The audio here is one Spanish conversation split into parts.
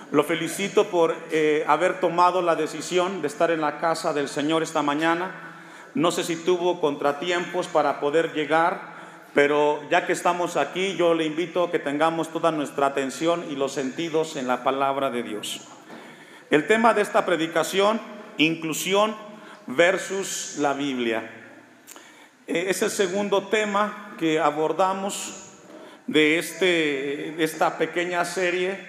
Lo felicito por haber tomado la decisión de estar en la casa del Señor esta mañana. No sé si tuvo contratiempos para poder llegar, pero ya que estamos aquí, yo le invito a que tengamos toda nuestra atención y los sentidos en la palabra de Dios. El tema de esta predicación: inclusión versus la Biblia. Es el segundo tema que abordamos de esta pequeña serie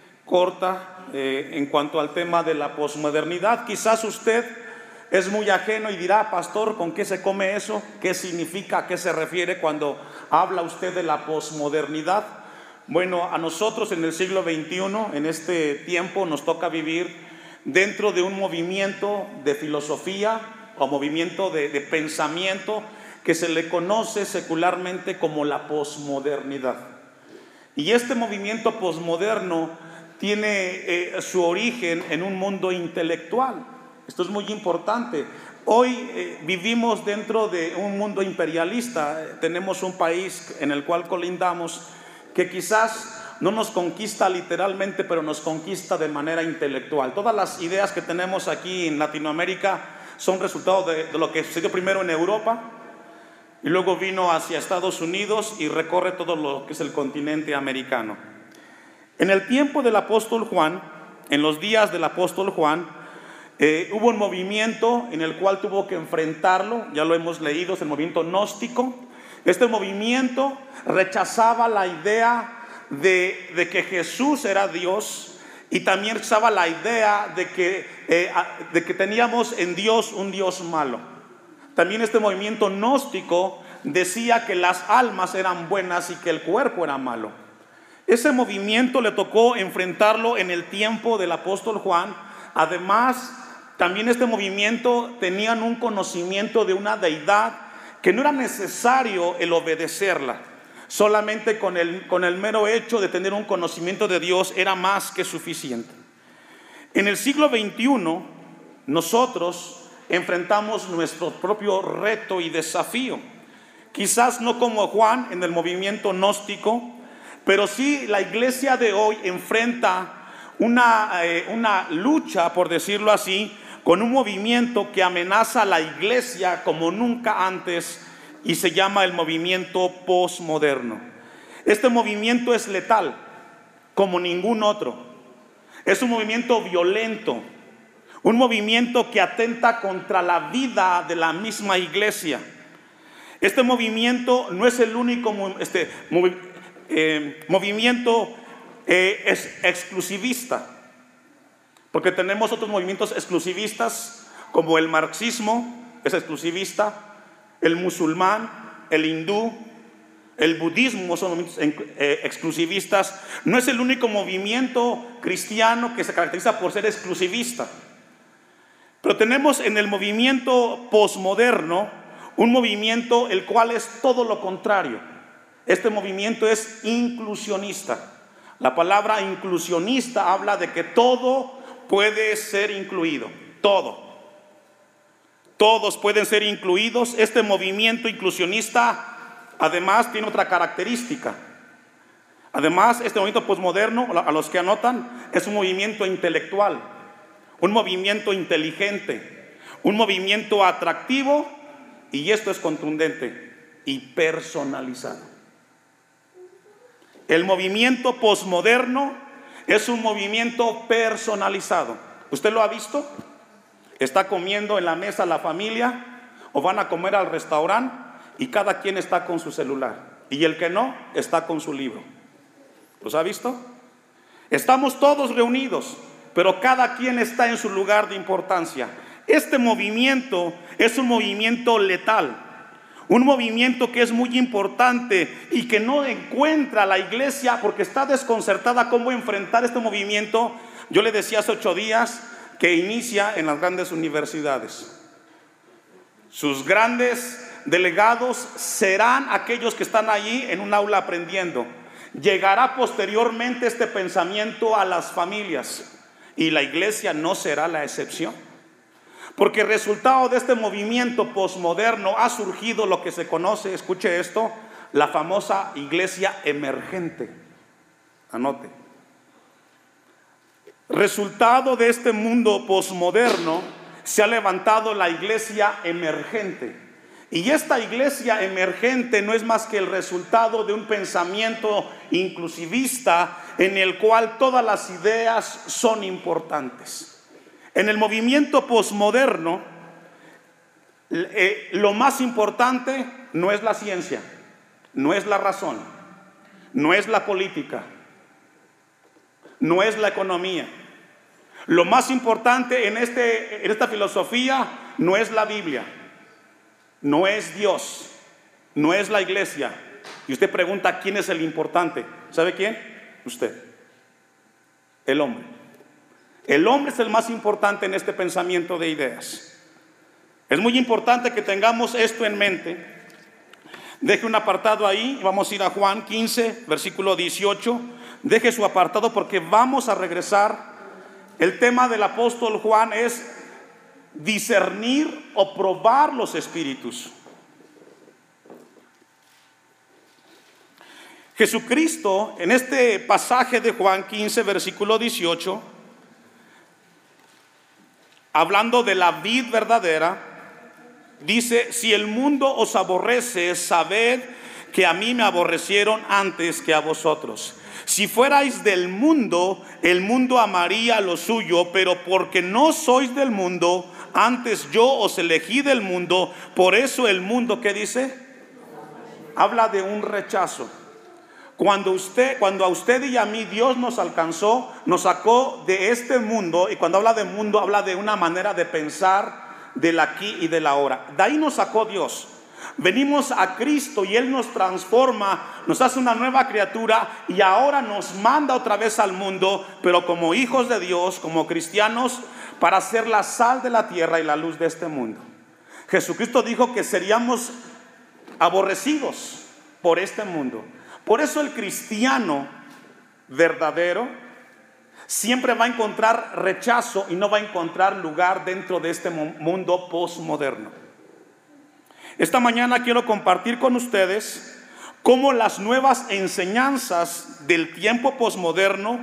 corta en cuanto al tema de la posmodernidad. Quizás usted es muy ajeno y dirá: pastor, ¿con qué se come eso? ¿Qué significa? ¿A qué se refiere cuando habla usted de la posmodernidad? Bueno, a nosotros en el siglo XXI, en este tiempo, nos toca vivir dentro de un movimiento de filosofía o movimiento de pensamiento que se le conoce secularmente como la posmodernidad. Y este movimiento posmoderno tiene su origen en un mundo intelectual. Esto es muy importante. Hoy vivimos dentro de un mundo imperialista. Tenemos un país en el cual colindamos que quizás no nos conquista literalmente, pero nos conquista de manera intelectual. Todas las ideas que tenemos aquí en Latinoamérica son resultado de lo que sucedió primero en Europa y luego vino hacia Estados Unidos y recorre todo lo que es el continente americano. En el tiempo del apóstol Juan, en los días del apóstol Juan, hubo un movimiento en el cual tuvo que enfrentarlo, ya lo hemos leído, es el movimiento gnóstico. Este movimiento rechazaba la idea de que Jesús era Dios, y también rechazaba la idea de que teníamos en Dios un Dios malo. También este movimiento gnóstico decía que las almas eran buenas y que el cuerpo era malo. Ese movimiento le tocó enfrentarlo en el tiempo del apóstol Juan. Además, también este movimiento tenían un conocimiento de una deidad que no era necesario el obedecerla. Solamente con el mero hecho de tener un conocimiento de Dios era más que suficiente. En el siglo XXI, nosotros enfrentamos nuestro propio reto y desafío. Quizás no como Juan en el movimiento gnóstico, pero sí la iglesia de hoy enfrenta una lucha, por decirlo así, con un movimiento que amenaza a la iglesia como nunca antes, y se llama el movimiento posmoderno. Este movimiento es letal como ningún otro. Es un movimiento violento, un movimiento que atenta contra la vida de la misma iglesia. Este movimiento no es el único movimiento exclusivista, porque tenemos otros movimientos exclusivistas como el marxismo, es exclusivista, el musulmán, el hindú, el budismo son movimientos exclusivistas. No es el único movimiento cristiano que se caracteriza por ser exclusivista. Pero tenemos en el movimiento posmoderno un movimiento el cual es todo lo contrario. Este movimiento es inclusionista. La palabra inclusionista habla de que todo puede ser incluido, todo. Todos pueden ser incluidos. Este movimiento inclusionista además tiene otra característica. Además, este movimiento posmoderno, a los que anotan, es un movimiento intelectual, un movimiento inteligente, un movimiento atractivo, y esto es contundente, y personalizado. El movimiento posmoderno es un movimiento personalizado. ¿Usted lo ha visto? Está comiendo en la mesa la familia, o van a comer al restaurante, y cada quien está con su celular, y el que no, está con su libro. ¿Los ha visto? Estamos todos reunidos, pero cada quien está en su lugar de importancia. Este movimiento es un movimiento letal, un movimiento que es muy importante y que no encuentra la iglesia porque está desconcertada cómo enfrentar este movimiento. Yo le decía hace 8 días que inicia en las grandes universidades. Sus grandes delegados serán aquellos que están allí en un aula aprendiendo. Llegará posteriormente este pensamiento a las familias, y la iglesia no será la excepción. Porque resultado de este movimiento posmoderno ha surgido lo que se conoce, escuche esto, la famosa iglesia emergente. Anote. Resultado de este mundo posmoderno, se ha levantado la iglesia emergente. Y esta iglesia emergente no es más que el resultado de un pensamiento inclusivista en el cual todas las ideas son importantes. En el movimiento posmoderno, lo más importante no es la ciencia, no es la razón, no es la política, no es la economía. Lo más importante en esta filosofía no es la Biblia, no es Dios, no es la iglesia. Y usted pregunta, ¿quién es el importante? ¿Sabe quién? Usted, el hombre. El hombre es el más importante en este pensamiento de ideas. Es muy importante que tengamos esto en mente. Deje un apartado ahí, vamos a ir a Juan 15, versículo 18. Deje su apartado porque vamos a regresar. El tema del apóstol Juan es discernir o probar los espíritus. Jesucristo, en este pasaje de Juan 15, versículo 18, hablando de la vid verdadera, dice: si el mundo os aborrece, sabed que a mí me aborrecieron antes que a vosotros. Si fuerais del mundo, el mundo amaría lo suyo, pero porque no sois del mundo, antes yo os elegí del mundo, por eso el mundo, ¿qué dice? Habla de un rechazo. Cuando a usted y a mí Dios nos alcanzó, nos sacó de este mundo, y cuando habla de mundo, habla de una manera de pensar del aquí y del ahora. De ahí nos sacó Dios. Venimos a Cristo y Él nos transforma, nos hace una nueva criatura y ahora nos manda otra vez al mundo, pero como hijos de Dios, como cristianos, para ser la sal de la tierra y la luz de este mundo. Jesucristo dijo que seríamos aborrecidos por este mundo. Por eso el cristiano verdadero siempre va a encontrar rechazo y no va a encontrar lugar dentro de este mundo postmoderno. Esta mañana quiero compartir con ustedes cómo las nuevas enseñanzas del tiempo posmoderno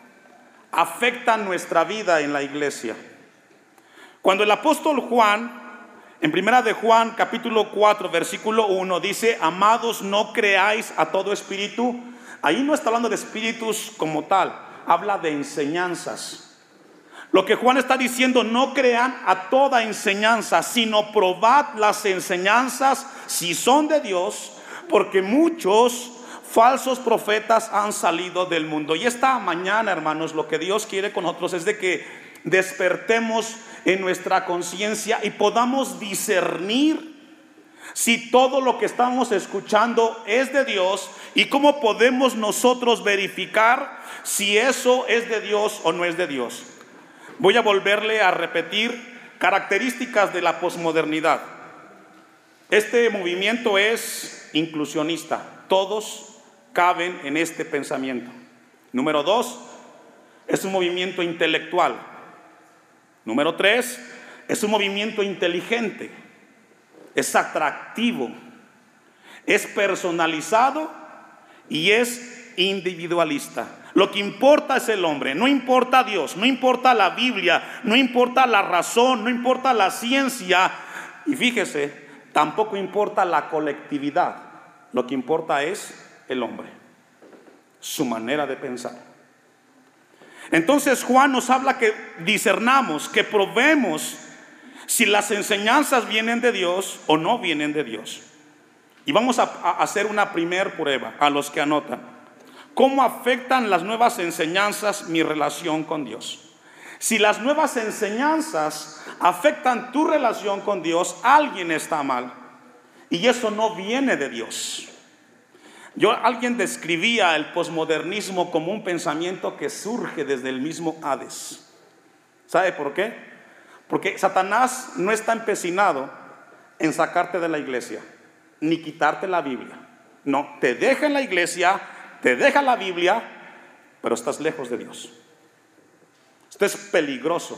afectan nuestra vida en la iglesia. Cuando el apóstol Juan, en primera de Juan capítulo 4 versículo 1, dice: amados, no creáis a todo espíritu. Ahí no está hablando de espíritus como tal, habla de enseñanzas. Lo que Juan está diciendo: no crean a toda enseñanza, sino probad las enseñanzas si son de Dios, porque muchos falsos profetas han salido del mundo. Y esta mañana, hermanos, lo que Dios quiere con nosotros es de que despertemos en nuestra conciencia y podamos discernir si todo lo que estamos escuchando es de Dios, y cómo podemos nosotros verificar si eso es de Dios o no es de Dios. Voy a volverle a repetir características de la posmodernidad. Este movimiento es inclusionista. Todos caben en este pensamiento. Número 2, es un movimiento intelectual. Número 3, es un movimiento inteligente. Es atractivo. Es personalizado y es individualista. Lo que importa es el hombre, no importa Dios, no importa la Biblia, no importa la razón, no importa la ciencia. Y fíjese, tampoco importa la colectividad. Lo que importa es el hombre, su manera de pensar. Entonces Juan nos habla que discernamos, que probemos si las enseñanzas vienen de Dios o no vienen de Dios. Y vamos a hacer una primer prueba a los que anotan. ¿Cómo afectan las nuevas enseñanzas mi relación con Dios? Si las nuevas enseñanzas afectan tu relación con Dios, alguien está mal. Y eso no viene de Dios. Alguien describía el posmodernismo como un pensamiento que surge desde el mismo Hades. ¿Sabe por qué? Porque Satanás no está empecinado en sacarte de la iglesia, ni quitarte la Biblia. No, te deja en la iglesia, te deja la Biblia, pero estás lejos de Dios. Esto es peligroso.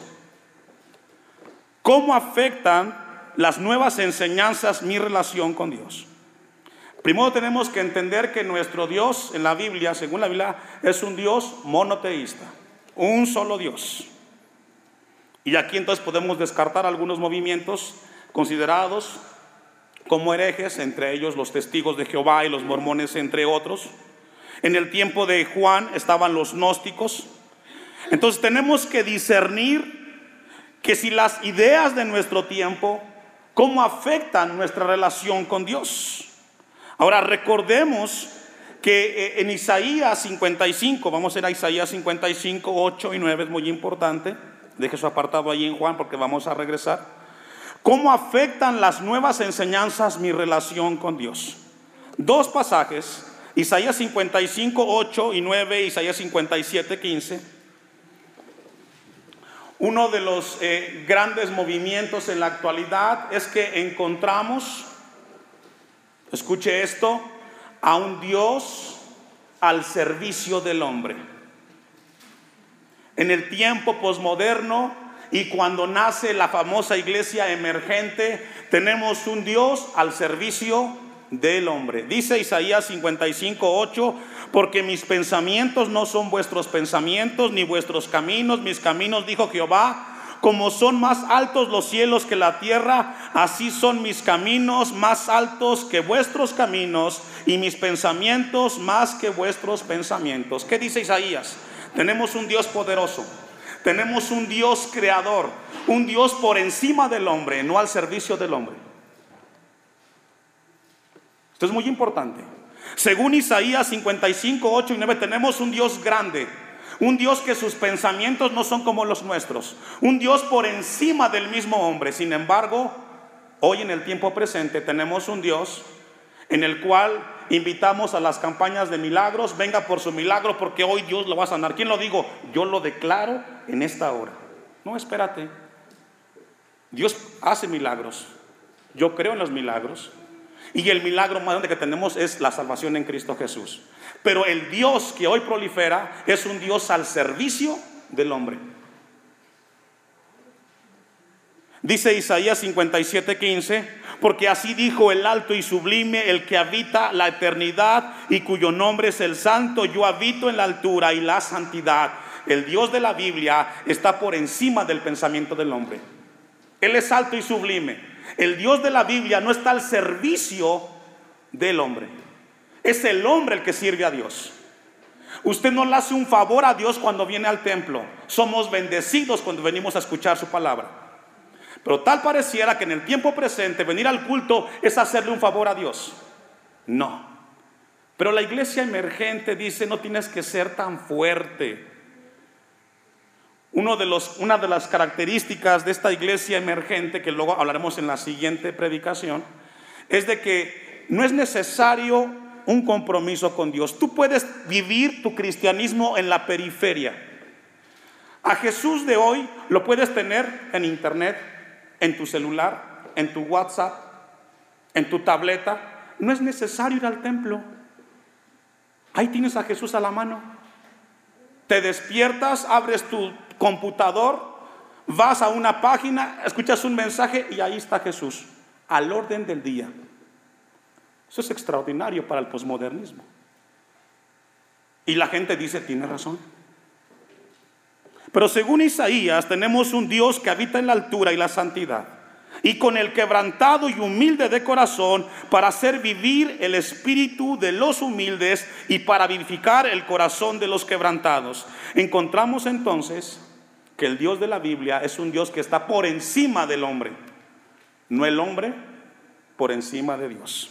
¿Cómo afectan las nuevas enseñanzas mi relación con Dios? Primero tenemos que entender que nuestro Dios en la Biblia, según la Biblia, es un Dios monoteísta. un solo Dios. Y aquí entonces podemos descartar algunos movimientos considerados como herejes, entre ellos los testigos de Jehová y los mormones, entre otros. En el tiempo de Juan estaban los gnósticos. Entonces tenemos que discernir que si las ideas de nuestro tiempo, cómo afectan nuestra relación con Dios. Ahora recordemos que en Isaías 55, vamos a ir a Isaías 55, 8 y 9, es muy importante. Deje su apartado ahí en Juan porque vamos a regresar. ¿Cómo afectan las nuevas enseñanzas mi relación con Dios? Dos pasajes, Isaías 55, 8 y 9, Isaías 57, 15. Uno de los grandes movimientos en la actualidad es que encontramos, escuche esto, a un Dios al servicio del hombre. En el tiempo posmoderno y cuando nace la famosa iglesia emergente, tenemos un Dios al servicio del hombre. Dice Isaías 55, 8, porque mis pensamientos no son vuestros pensamientos, ni vuestros caminos, mis caminos, dijo Jehová. Como son más altos los cielos que la tierra, así son mis caminos más altos que vuestros caminos, y mis pensamientos más que vuestros pensamientos. ¿Qué dice Isaías? Tenemos un Dios poderoso, tenemos un Dios creador, un Dios por encima del hombre, no al servicio del hombre. Esto es muy importante. Según Isaías 55, 8 y 9, tenemos un Dios grande, un Dios que sus pensamientos no son como los nuestros, un Dios por encima del mismo hombre. Sin embargo, hoy en el tiempo presente tenemos un Dios en el cual invitamos a las campañas de milagros. Venga por su milagro porque hoy Dios lo va a sanar. ¿Quién lo dijo? Yo lo declaro en esta hora. No, espérate. Dios hace milagros. Yo creo en los milagros. Y el milagro más grande que tenemos es la salvación en Cristo Jesús. Pero el Dios que hoy prolifera es un Dios al servicio del hombre. Dice Isaías 57, 15, porque así dijo el alto y sublime, el que habita la eternidad y cuyo nombre es el santo. Yo habito en la altura y la santidad. El Dios de la Biblia está por encima del pensamiento del hombre. Él es alto y sublime. El Dios de la Biblia no está al servicio del hombre. Es el hombre el que sirve a Dios. Usted no le hace un favor a Dios cuando viene al templo. Somos bendecidos cuando venimos a escuchar su palabra. Pero tal pareciera que en el tiempo presente venir al culto es hacerle un favor a Dios. No. Pero la iglesia emergente dice: no tienes que ser tan fuerte. Una de las características de esta iglesia emergente, que luego hablaremos en la siguiente predicación, es de que no es necesario un compromiso con Dios. Tú puedes vivir tu cristianismo en la periferia. A Jesús de hoy lo puedes tener en internet, en tu celular, en tu WhatsApp, en tu tableta. No es necesario ir al templo. Ahí tienes a Jesús a la mano. Te despiertas, abres tu computador, vas a una página, escuchas un mensaje y ahí está Jesús, al orden del día. Eso es extraordinario para el posmodernismo. Y la gente dice: tiene razón. Pero según Isaías, tenemos un Dios que habita en la altura y la santidad, y con el quebrantado y humilde de corazón, para hacer vivir el espíritu de los humildes y para vivificar el corazón de los quebrantados. Encontramos entonces que el Dios de la Biblia es un Dios que está por encima del hombre, no el hombre por encima de Dios.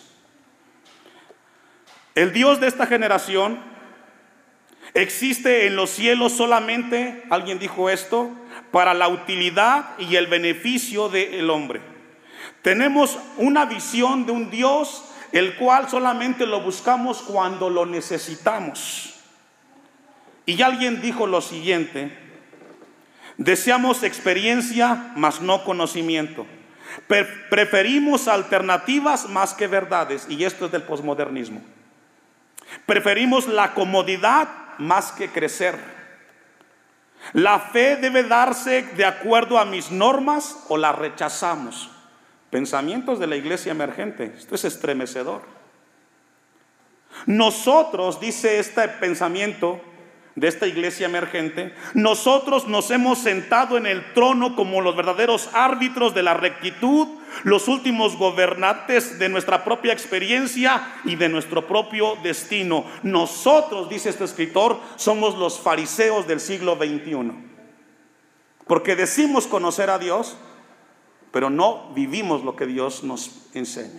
El Dios de esta generación existe en los cielos solamente, alguien dijo esto, para la utilidad y el beneficio del hombre. Tenemos una visión de un Dios el cual solamente lo buscamos cuando lo necesitamos. Y alguien dijo lo siguiente: deseamos experiencia, mas no conocimiento. Preferimos alternativas más que verdades. Y esto es del posmodernismo. Preferimos la comodidad más que crecer. La fe debe darse de acuerdo a mis normas o la rechazamos. Pensamientos de la iglesia emergente. Esto es estremecedor. Nosotros, dice este pensamiento, de esta iglesia emergente, nosotros nos hemos sentado en el trono como los verdaderos árbitros de la rectitud, los últimos gobernantes de nuestra propia experiencia y de nuestro propio destino. Nosotros, dice este escritor, somos los fariseos del siglo XXI, porque decimos conocer a Dios, pero no vivimos lo que Dios nos enseña.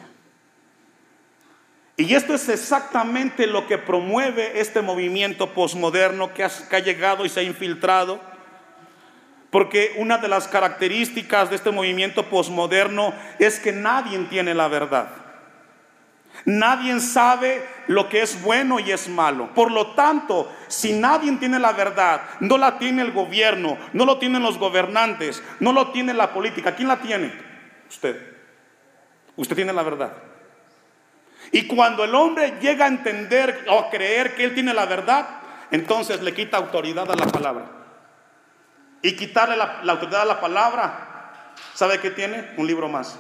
Y esto es exactamente lo que promueve este movimiento posmoderno que ha llegado y se ha infiltrado. Porque una de las características de este movimiento posmoderno es que nadie tiene la verdad. Nadie sabe lo que es bueno y es malo. Por lo tanto, si nadie tiene la verdad, no la tiene el gobierno, no lo tienen los gobernantes, no lo tiene la política. ¿Quién la tiene? Usted. Usted tiene la verdad. Y cuando el hombre llega a entender o a creer que él tiene la verdad, entonces le quita autoridad a la palabra. Y quitarle la autoridad a la palabra, ¿sabe qué tiene? Un libro más.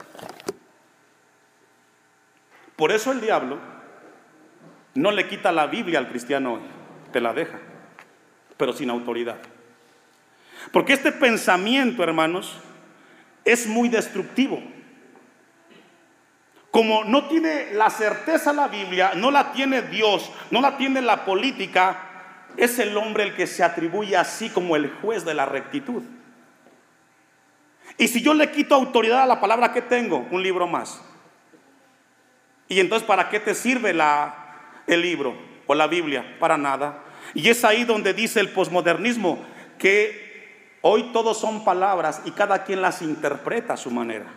Por eso el diablo no le quita la Biblia al cristiano hoy, te la deja, pero sin autoridad. Porque este pensamiento, hermanos, es muy destructivo. Como no tiene la certeza la Biblia, no la tiene Dios, no la tiene la política, es el hombre el que se atribuye así como el juez de la rectitud. Y si yo le quito autoridad a la palabra, ¿qué tengo? Un libro más. Y entonces, ¿para qué te sirve el libro o la Biblia? Para nada. Y es ahí donde dice el posmodernismo que hoy todos son palabras y cada quien las interpreta a su manera.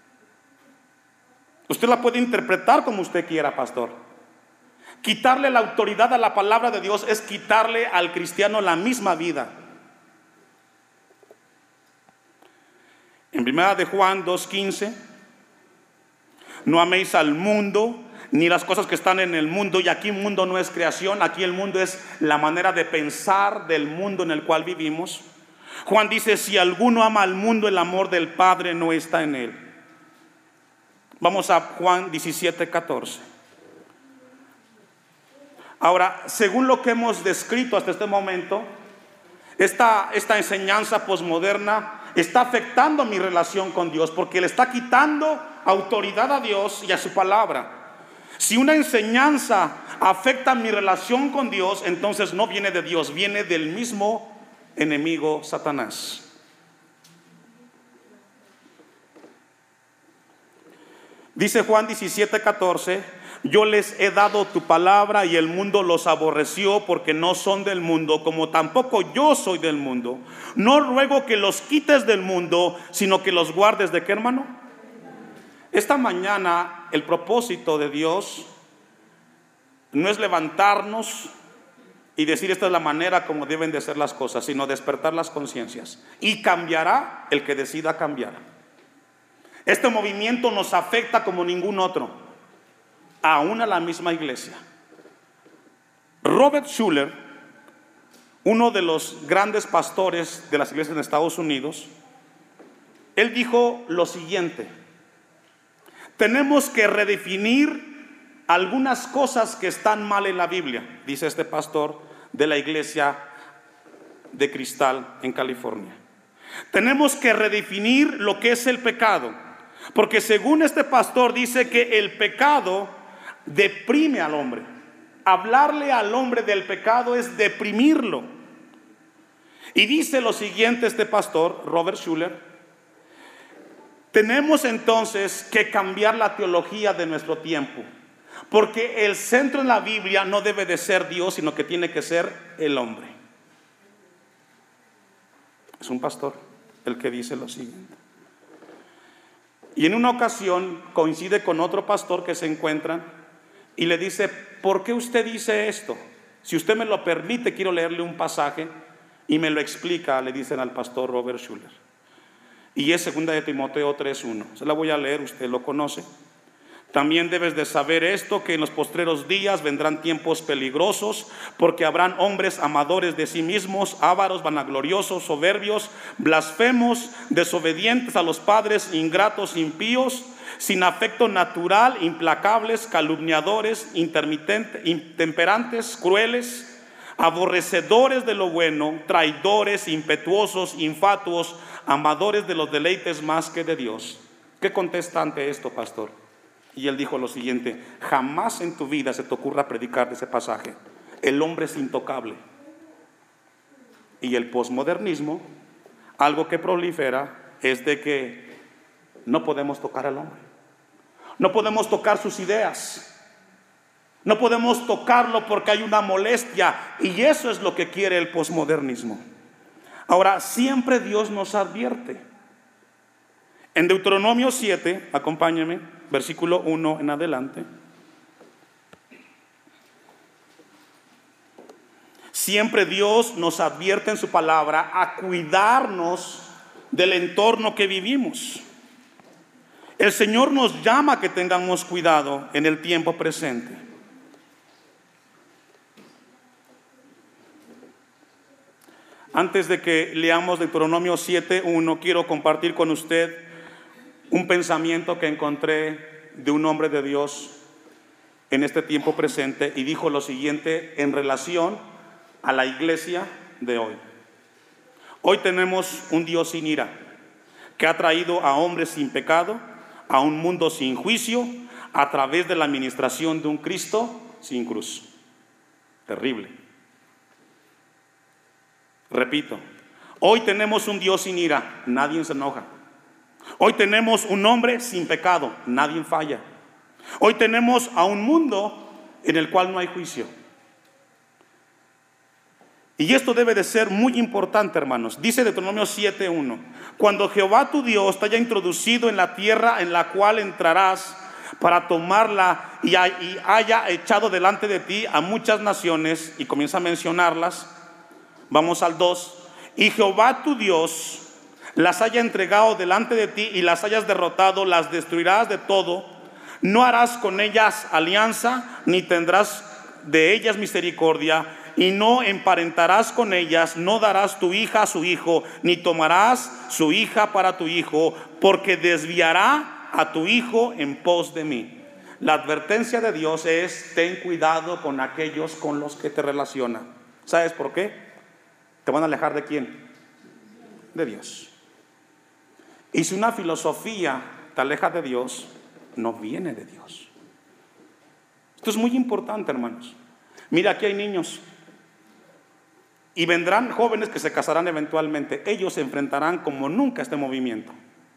Usted la puede interpretar como usted quiera, pastor. Quitarle la autoridad a la palabra de Dios es quitarle al cristiano la misma vida. En 1 de Juan 2:15, no améis al mundo ni las cosas que están en el mundo. Y aquí el mundo no es creación, aquí el mundo es la manera de pensar del mundo en el cual vivimos. Juan dice, si alguno ama al mundo, el amor del Padre no está en él. Vamos a Juan 17:14. Ahora, según lo que hemos descrito hasta este momento, esta enseñanza posmoderna está afectando mi relación con Dios, porque le está quitando autoridad a Dios y a su palabra. Si una enseñanza afecta mi relación con Dios, entonces no viene de Dios, viene del mismo enemigo, Satanás. Dice Juan 17:14, yo les he dado tu palabra y el mundo los aborreció porque no son del mundo, como tampoco yo soy del mundo. No ruego que los quites del mundo, sino que los guardes. ¿De qué, hermano? Esta mañana el propósito de Dios no es levantarnos y decir esta es la manera como deben de ser las cosas, sino despertar las conciencias. Y cambiará el que decida cambiar. Este movimiento nos afecta como ningún otro, aún a la misma iglesia. Robert Schuller, uno de los grandes pastores de las iglesias en Estados Unidos, él dijo lo siguiente: tenemos que redefinir algunas cosas que están mal en la Biblia, dice este pastor de la iglesia de Cristal en California. Tenemos que redefinir lo que es el pecado. Porque según este pastor dice que el pecado deprime al hombre. Hablarle al hombre del pecado es deprimirlo. Y dice lo siguiente este pastor, Robert Schuller: tenemos entonces que cambiar la teología de nuestro tiempo. Porque el centro en la Biblia no debe de ser Dios, sino que tiene que ser el hombre. Es un pastor el que dice lo siguiente. Y en una ocasión coincide con otro pastor que se encuentran y le dice: ¿por qué usted dice esto? Si usted me lo permite, quiero leerle un pasaje. Y me lo explica, le dicen al pastor Robert Schuller. Y es 2 de Timoteo 3:1. Se la voy a leer, usted lo conoce. También debes de saber esto, que en los postreros días vendrán tiempos peligrosos, porque habrán hombres amadores de sí mismos, ávaros, vanagloriosos, soberbios, blasfemos, desobedientes a los padres, ingratos, impíos, sin afecto natural, implacables, calumniadores, intemperantes, crueles, aborrecedores de lo bueno, traidores, impetuosos, infatuos, amadores de los deleites más que de Dios. ¿Qué contesta ante esto, pastor? Y él dijo lo siguiente: jamás en tu vida se te ocurra predicar de ese pasaje. El hombre es intocable. Y el posmodernismo, algo que prolifera, es de que no podemos tocar al hombre. No podemos tocar sus ideas. No podemos tocarlo porque hay una molestia. Y eso es lo que quiere el posmodernismo. Ahora, siempre Dios nos advierte. En Deuteronomio 7, acompáñenme, versículo 1 en adelante. Siempre Dios nos advierte en su palabra a cuidarnos del entorno que vivimos. El Señor nos llama a que tengamos cuidado en el tiempo presente. Antes de que leamos Deuteronomio 7:1, quiero compartir con usted un pensamiento que encontré de un hombre de Dios en este tiempo presente, y dijo lo siguiente en relación a la iglesia de hoy. Hoy tenemos un Dios sin ira, que ha traído a hombres sin pecado a un mundo sin juicio a través de la administración de un Cristo sin cruz. Terrible. Repito, hoy tenemos un Dios sin ira, nadie se enoja. Hoy tenemos un hombre sin pecado, nadie falla. Hoy tenemos a un mundo en el cual no hay juicio. Y esto debe de ser muy importante, hermanos. Dice Deuteronomio 7:1: cuando Jehová tu Dios te haya introducido en la tierra en la cual entrarás para tomarla, y haya echado delante de ti a muchas naciones, y comienza a mencionarlas. Vamos al 2. Y Jehová tu Dios las haya entregado delante de ti y las hayas derrotado, las destruirás de todo. No harás con ellas alianza, ni tendrás de ellas misericordia, y no emparentarás con ellas. No darás tu hija a su hijo, ni tomarás su hija para tu hijo, porque desviará a tu hijo en pos de mí. La advertencia de Dios es: ten cuidado con aquellos con los que te relacionas. ¿Sabes por qué? ¿Te van a alejar de quién? De Dios. Y si una filosofía te aleja de Dios, no viene de Dios. Esto es muy importante, hermanos. Mira, aquí hay niños y vendrán jóvenes que se casarán eventualmente. Ellos se enfrentarán como nunca a este movimiento.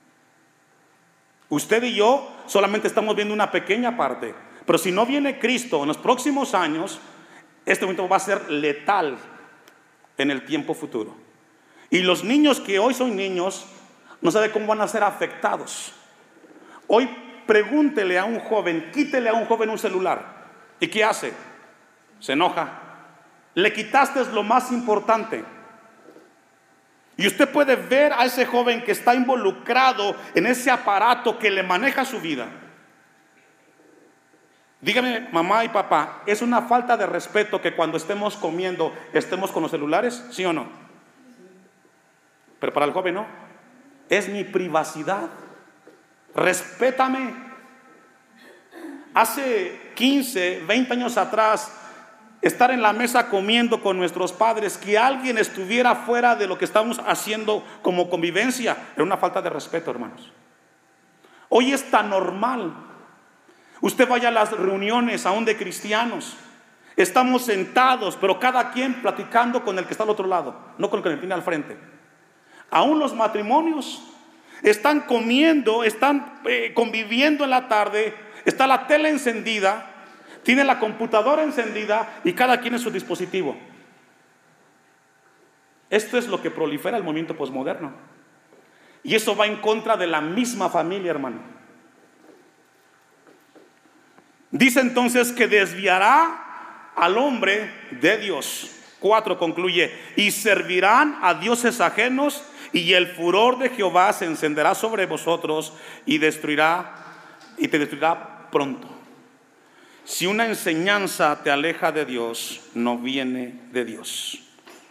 Usted y yo solamente estamos viendo una pequeña parte, pero si no viene Cristo en los próximos años, este movimiento va a ser letal en el tiempo futuro. Y los niños que hoy son niños no saben cómo van a ser afectados. Hoy pregúntele a un joven, quítele a un joven un celular, ¿y qué hace? Se enoja. Le quitaste lo más importante. Y usted puede ver a ese joven que está involucrado en ese aparato que le maneja su vida. Dígame, mamá y papá, ¿es una falta de respeto que cuando estemos comiendo estemos con los celulares? ¿Sí o no? Pero para el joven no. Es mi privacidad. Respétame. Hace 15, 20 años atrás, estar en la mesa comiendo con nuestros padres, que alguien estuviera fuera de lo que estamos haciendo como convivencia, era una falta de respeto, hermanos. Hoy es tan normal. Usted vaya a las reuniones aún de cristianos, estamos sentados, pero cada quien platicando con el que está al otro lado, no con el que tiene al frente. Aún los matrimonios están comiendo, están conviviendo en la tarde, está la tele encendida, tiene la computadora encendida y cada quien en su dispositivo. Esto es lo que prolifera el movimiento posmoderno, y eso va en contra de la misma familia, hermano. Dice entonces que desviará al hombre de Dios. 4 concluye: y servirán a dioses ajenos, y el furor de Jehová se encenderá sobre vosotros y te destruirá pronto. Si una enseñanza te aleja de Dios, no viene de Dios.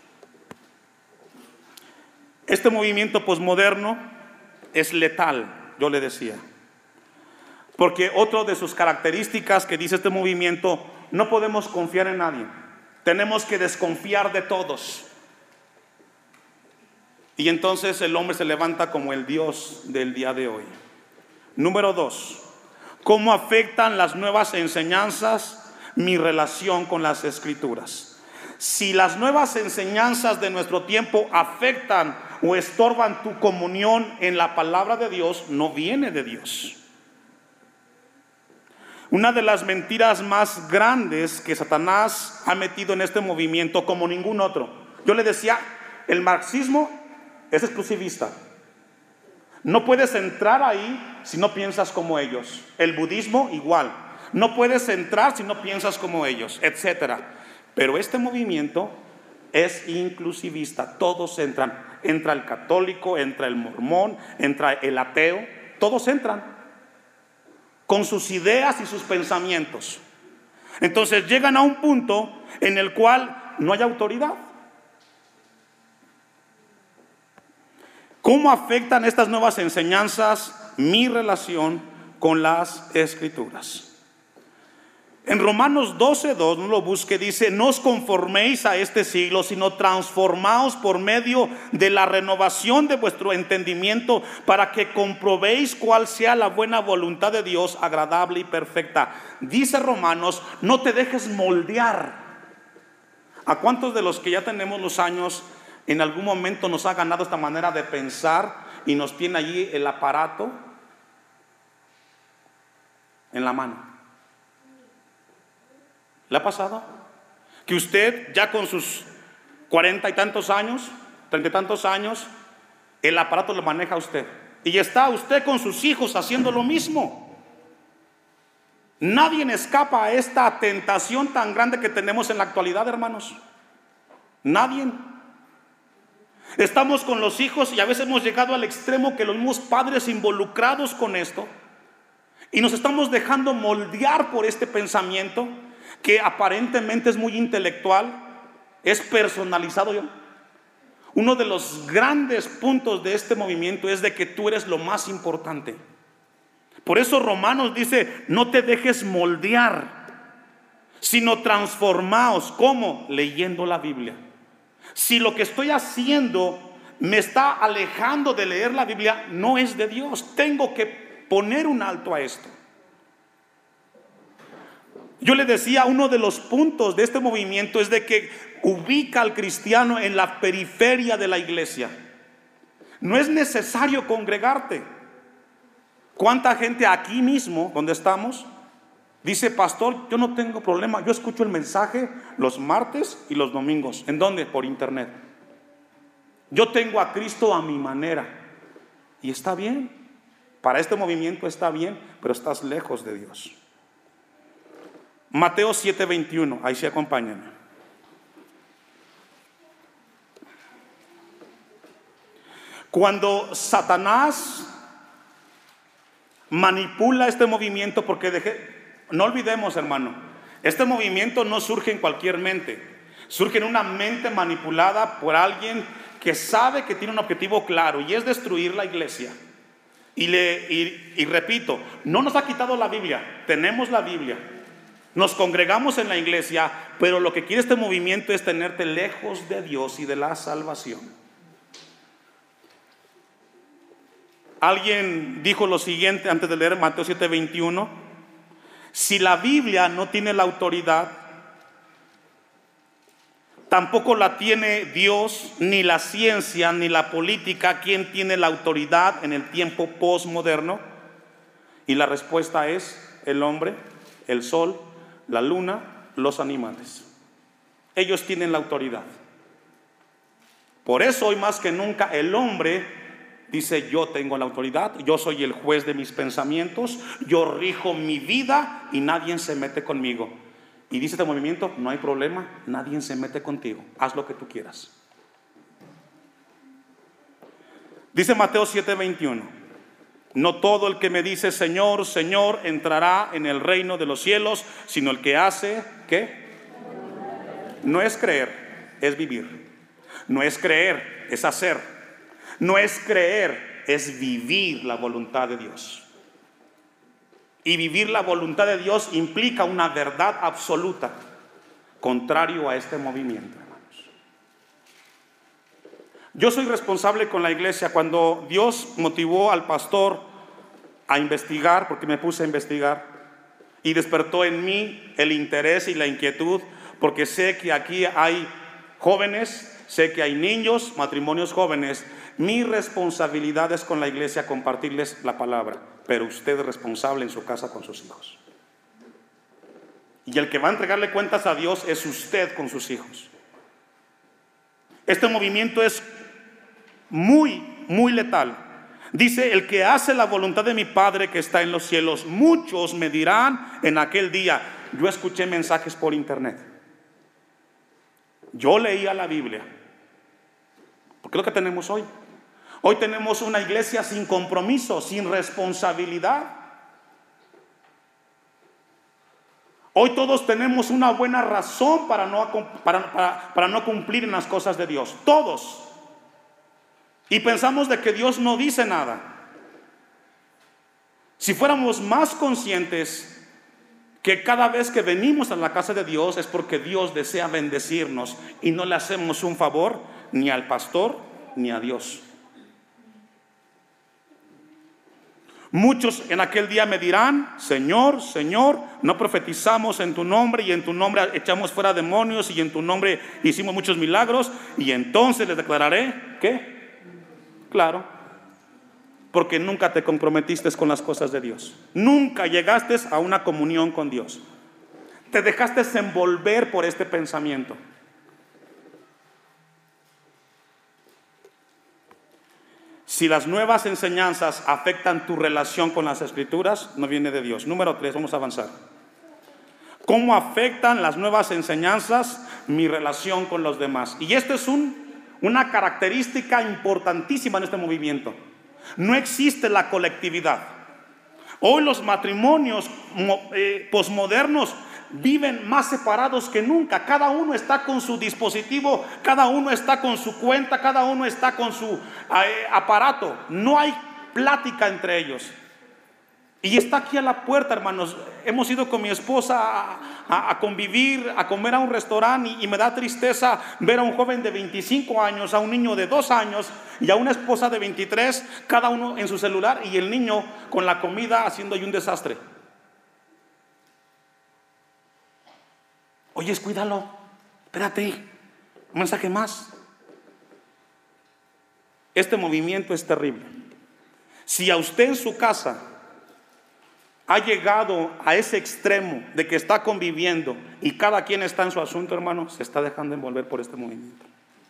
Este movimiento posmoderno es letal, yo le decía. Porque otra de sus características que dice este movimiento: no podemos confiar en nadie. tenemos que desconfiar de todos. Y entonces el hombre se levanta como el Dios del día de hoy. Número 2, ¿cómo afectan las nuevas enseñanzas mi relación con las Escrituras? Si las nuevas enseñanzas de nuestro tiempo afectan o estorban tu comunión en la palabra de Dios, no viene de Dios. Una de las mentiras más grandes que Satanás ha metido en este movimiento como ningún otro. Yo le decía, el marxismo es exclusivista. No puedes entrar ahí si no piensas como ellos. El budismo igual. No puedes entrar si no piensas como ellos, etcétera. Pero este movimiento es inclusivista. Todos entran. Entra el católico, entra el mormón, entra el ateo. Todos entran con sus ideas y sus pensamientos. Entonces llegan a un punto en el cual no hay autoridad. ¿Cómo afectan estas nuevas enseñanzas mi relación con las Escrituras? En Romanos 12:2, no lo busque, dice: no os conforméis a este siglo, sino transformaos por medio de la renovación de vuestro entendimiento, para que comprobéis cuál sea la buena voluntad de Dios, agradable y perfecta. Dice Romanos, no te dejes moldear. ¿A cuántos de los que ya tenemos los años en algún momento nos ha ganado esta manera de pensar y nos tiene allí el aparato en la mano? ¿Le ha pasado? Que usted ya con sus 40 y tantos años, 30 y tantos años, el aparato lo maneja a usted. Y está usted con sus hijos haciendo lo mismo. Nadie escapa a esta tentación tan grande que tenemos en la actualidad, hermanos. Nadie. Estamos con los hijos y a veces hemos llegado al extremo que los mismos padres involucrados con esto, y nos estamos dejando moldear por este pensamiento que aparentemente es muy intelectual, es personalizado. Uno de los grandes puntos de este movimiento es de que tú eres lo más importante. Por eso Romanos dice: no te dejes moldear, sino transformaos. ¿Cómo? Leyendo la Biblia. Si lo que estoy haciendo me está alejando de leer la Biblia, no es de Dios. Tengo que poner un alto a esto. Yo le decía, uno de los puntos de este movimiento es de que ubica al cristiano en la periferia de la iglesia. No es necesario congregarte. ¿Cuánta gente aquí mismo, donde estamos, dice: pastor, yo no tengo problema, yo escucho el mensaje los martes y los domingos? ¿En dónde? Por internet. Yo tengo a Cristo a mi manera. Y está bien, para este movimiento está bien, pero estás lejos de Dios. Mateo 7:21, ahí se acompáñenme. Cuando Satanás manipula este movimiento, porque no olvidemos, hermano, este movimiento no surge en cualquier mente, surge en una mente manipulada por alguien que sabe que tiene un objetivo claro, y es destruir la iglesia. Y repito, no nos ha quitado la Biblia, tenemos la Biblia. Nos congregamos en la iglesia, pero lo que quiere este movimiento es tenerte lejos de Dios y de la salvación. Alguien dijo lo siguiente antes de leer Mateo 7:21: si la Biblia no tiene la autoridad, tampoco la tiene Dios, ni la ciencia, ni la política. ¿Quién tiene la autoridad en el tiempo postmoderno? Y la respuesta es el hombre, el sol, la luna, los animales. Ellos tienen la autoridad. Por eso hoy más que nunca el hombre dice: yo tengo la autoridad, yo soy el juez de mis pensamientos, yo rijo mi vida y nadie se mete conmigo. Y dice este movimiento: no hay problema, nadie se mete contigo, haz lo que tú quieras. Dice Mateo 7:21: no todo el que me dice Señor, Señor entrará en el reino de los cielos, sino el que hace, ¿qué? No es creer, es vivir. No es creer, es hacer. No es creer, es vivir la voluntad de Dios. Y vivir la voluntad de Dios implica una verdad absoluta. contrario a este movimiento, hermanos. Yo soy responsable con la iglesia. Cuando Dios motivó al pastor a investigar, porque me puse a investigar, y despertó en mí el interés y la inquietud, porque sé que aquí hay jóvenes, sé que hay niños, matrimonios jóvenes. Mi responsabilidad es con la iglesia compartirles la palabra, pero usted es responsable en su casa con sus hijos. Y el que va a entregarle cuentas a Dios es usted con sus hijos. Este movimiento es muy, muy letal. Dice: el que hace la voluntad de mi Padre que está en los cielos. Muchos me dirán en aquel día. Yo escuché mensajes por internet. Yo leía la Biblia. Porque es lo que tenemos hoy. Hoy tenemos una iglesia sin compromiso, sin responsabilidad. Hoy todos tenemos una buena razón para no cumplir en las cosas de Dios. Todos. Y pensamos de que Dios no dice nada. Si fuéramos más conscientes que cada vez que venimos a la casa de Dios es porque Dios desea bendecirnos y no le hacemos un favor ni al pastor ni a Dios. Muchos en aquel día me dirán: Señor, Señor, no profetizamos en tu nombre, y en tu nombre echamos fuera demonios, y en tu nombre hicimos muchos milagros. Y entonces les declararé, ¿qué? Claro, porque nunca te comprometiste con las cosas de Dios. Nunca llegaste a una comunión con Dios. Te dejaste envolver por este pensamiento. Si las nuevas enseñanzas afectan tu relación con las Escrituras, no viene de Dios. Número 3, vamos a avanzar. ¿Cómo afectan las nuevas enseñanzas mi relación con los demás? Y esto es una característica importantísima en este movimiento. No existe la colectividad. Hoy los matrimonios posmodernos viven más separados que nunca. Cada uno está con su dispositivo, cada uno está con su cuenta, cada uno está con su aparato. No hay plática entre ellos. Y está aquí a la puerta, hermanos. Hemos ido con mi esposa a convivir, a comer a un restaurante, y me da tristeza ver a un joven de 25 años, a un niño de 2 años y a una esposa de 23, cada uno en su celular, y el niño con la comida haciendo ahí un desastre. Oye, cuídalo, espérate, un mensaje más. Este movimiento es terrible. Si a usted en su casa ha llegado a ese extremo de que está conviviendo y cada quien está en su asunto, hermano, se está dejando envolver por este movimiento.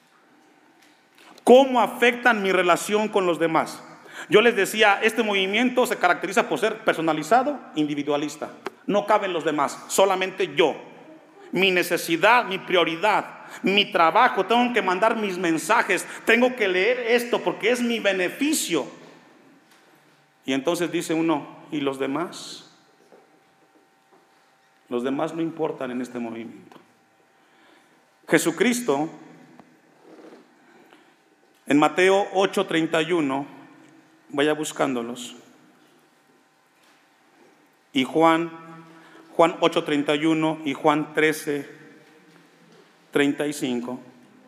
¿Cómo afectan mi relación con los demás? Yo les decía, este movimiento se caracteriza por ser personalizado, individualista. No caben los demás, solamente yo. Mi necesidad, mi prioridad, mi trabajo, tengo que mandar mis mensajes, tengo que leer esto porque es mi beneficio. Y entonces dice uno: ¿y los demás? Los demás no importan en este movimiento. Jesucristo, en Mateo 8:31, vaya buscándolos, y Juan 8:31 y Juan 13:35.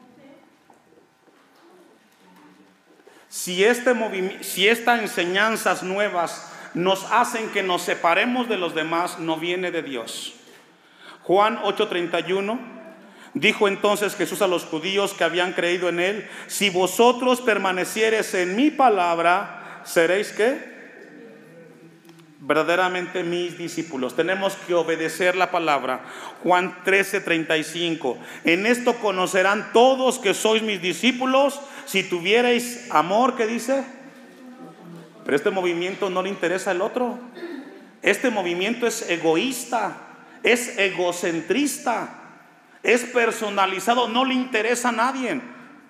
Si estas enseñanzas nuevas nos hacen que nos separemos de los demás, no viene de Dios. Juan 8:31 dijo entonces Jesús a los judíos que habían creído en él: si vosotros permaneciereis en mi palabra, seréis ¿qué? Verdaderamente mis discípulos. Tenemos que obedecer la palabra. Juan 13:35. En esto conocerán todos que sois mis discípulos, si tuvierais amor, ¿qué dice? Pero este movimiento no le interesa el otro. Este movimiento es egoísta, es egocentrista, es personalizado, no le interesa a nadie.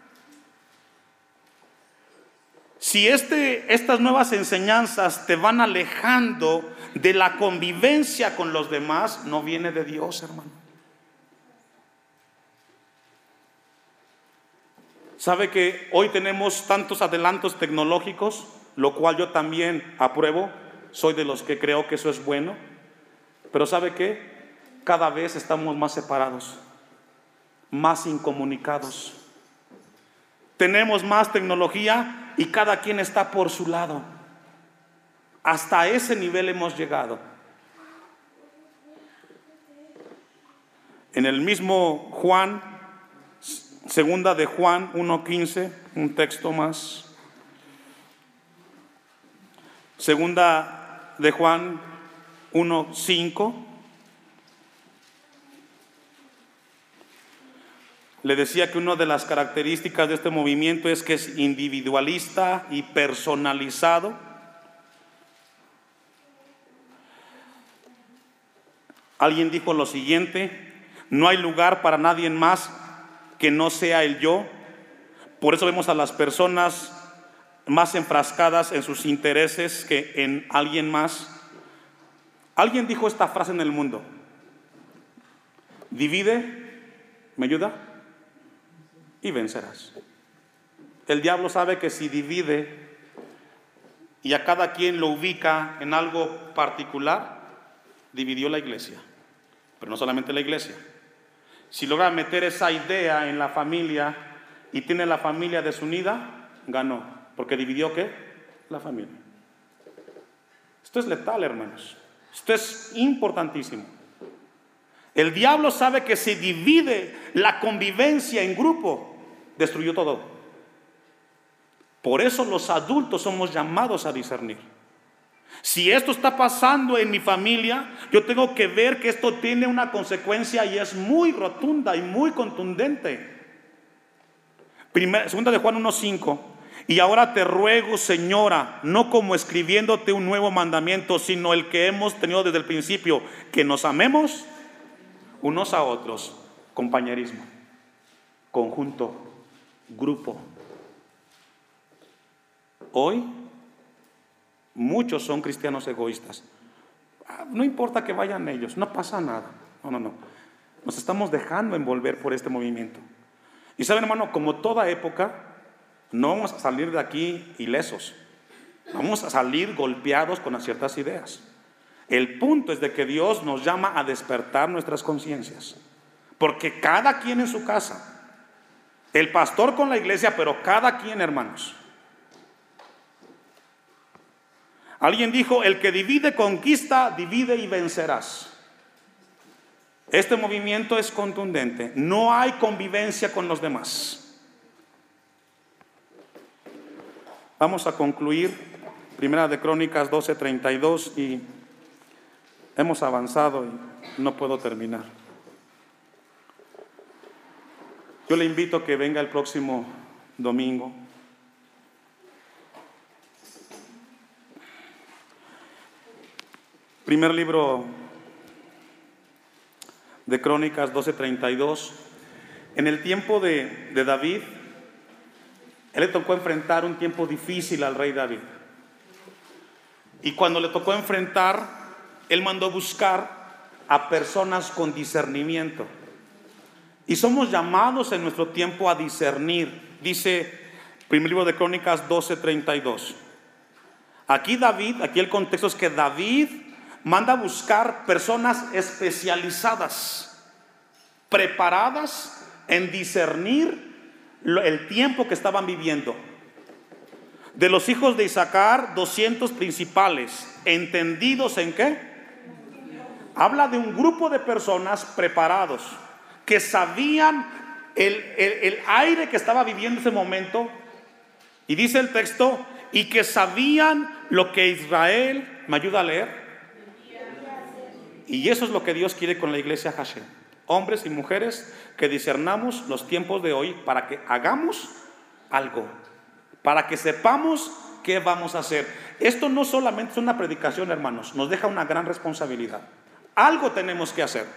Si estas nuevas enseñanzas te van alejando de la convivencia con los demás, no viene de Dios, hermano. ¿Sabe que hoy tenemos tantos adelantos tecnológicos? Lo cual yo también apruebo, soy de los que creo que eso es bueno. Pero ¿sabe qué? Cada vez estamos más separados. más incomunicados. Tenemos más tecnología y cada quien está por su lado. Hasta ese nivel hemos llegado. En el mismo Juan, segunda de Juan 1:15, un texto más. Segunda de Juan 1:5. Le decía que una de las características de este movimiento es que es individualista y personalizado. Alguien dijo lo siguiente: no hay lugar para nadie más que no sea el yo. Por eso vemos a las personas más enfrascadas en sus intereses que en alguien más. Alguien dijo esta frase en el mundo: divide, ¿me ayuda? Y vencerás. El diablo sabe que si divide y a cada quien lo ubica en algo particular, dividió la iglesia. Pero no solamente la iglesia. Si logra meter esa idea en la familia y tiene la familia desunida, ganó. Porque dividió ¿qué? La familia. Esto es letal, hermanos. Esto es importantísimo. El diablo sabe que si divide la convivencia en grupo, destruyó todo. Por eso los adultos somos llamados a discernir. Si esto está pasando en mi familia, yo tengo que ver que esto tiene una consecuencia y es muy rotunda y muy contundente. Segunda de Juan 1:5. Y ahora te ruego, Señora, no como escribiéndote un nuevo mandamiento, sino el que hemos tenido desde el principio, que nos amemos unos a otros. Compañerismo, conjunto, grupo. Hoy muchos son cristianos egoístas. No importa que vayan ellos, no pasa nada. No. Nos estamos dejando envolver por este movimiento. Y saben, hermano, como toda época, no vamos a salir de aquí ilesos. Vamos a salir golpeados con ciertas ideas. El punto es de que Dios nos llama a despertar nuestras conciencias. Porque cada quien en su casa, el pastor con la iglesia, pero cada quien, hermanos. Alguien dijo: el que divide conquista, divide y vencerás. Este movimiento es contundente. No hay convivencia con los demás. Vamos a concluir Primera de Crónicas 12:32 y hemos avanzado y no puedo terminar. Yo le invito a que venga el próximo domingo. Primer libro de Crónicas 12:32. En el tiempo de David, él le tocó enfrentar un tiempo difícil al rey David. Y cuando le tocó enfrentar, él mandó buscar a personas con discernimiento. Y somos llamados en nuestro tiempo a discernir. Dice primer libro de Crónicas 12:32. Aquí el contexto es que David manda a buscar personas especializadas, preparadas en discernir el tiempo que estaban viviendo. De los hijos de Isaacar, 200 principales, entendidos en ¿qué? Habla de un grupo de personas preparados, que sabían el aire que estaba viviendo ese momento. Y dice el texto, y que sabían lo que Israel, ¿me ayuda a leer? Y eso es lo que Dios quiere con la iglesia Hashem. Hombres y mujeres que discernamos los tiempos de hoy para que hagamos algo, para que sepamos qué vamos a hacer. Esto no solamente es una predicación, hermanos, nos deja una gran responsabilidad. Algo tenemos que hacer.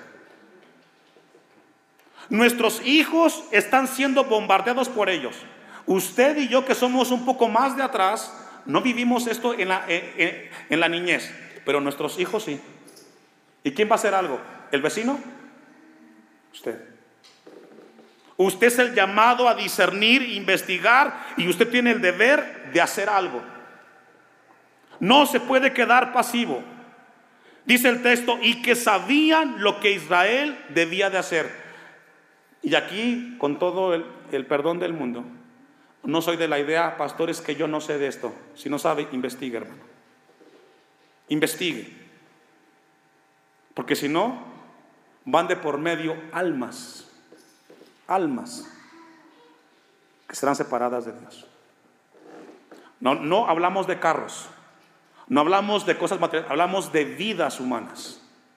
Nuestros hijos están siendo bombardeados por ellos. Usted y yo, que somos un poco más de atrás, no vivimos esto en la niñez, pero nuestros hijos sí. ¿Y quién va a hacer algo? ¿El vecino? Usted. Usted es el llamado a discernir, investigar, y usted tiene el deber de hacer algo. No se puede quedar pasivo. Dice el texto, y que sabían lo que Israel debía de hacer. Y aquí, con todo el perdón del mundo, no soy de la idea, pastores, que yo no sé de esto. Si no sabe, investigue, hermano. Investigue. Porque si no, van de por medio almas que serán separadas de Dios. No hablamos de carros, no hablamos de cosas materiales, hablamos de vidas humanas.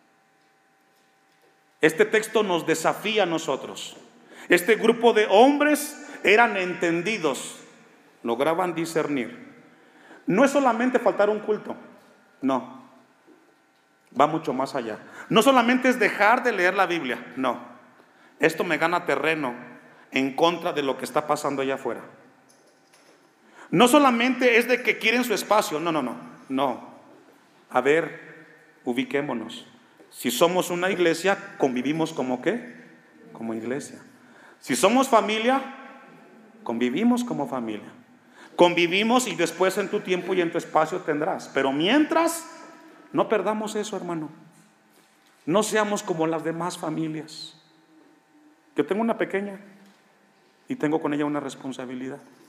Este texto nos desafía a nosotros. Este grupo de hombres eran entendidos, lograban discernir. No es solamente faltar un culto, no, va mucho más allá. No solamente es dejar de leer la Biblia, no. Esto me gana terreno en contra de lo que está pasando allá afuera. No solamente es de que quieren su espacio, no. A ver, ubiquémonos. Si somos una iglesia, convivimos como ¿qué? Como iglesia. Si somos familia, convivimos como familia. Convivimos y después en tu tiempo y en tu espacio tendrás. Pero mientras, no perdamos eso, hermano. No seamos como las demás familias. Yo tengo una pequeña y tengo con ella una responsabilidad.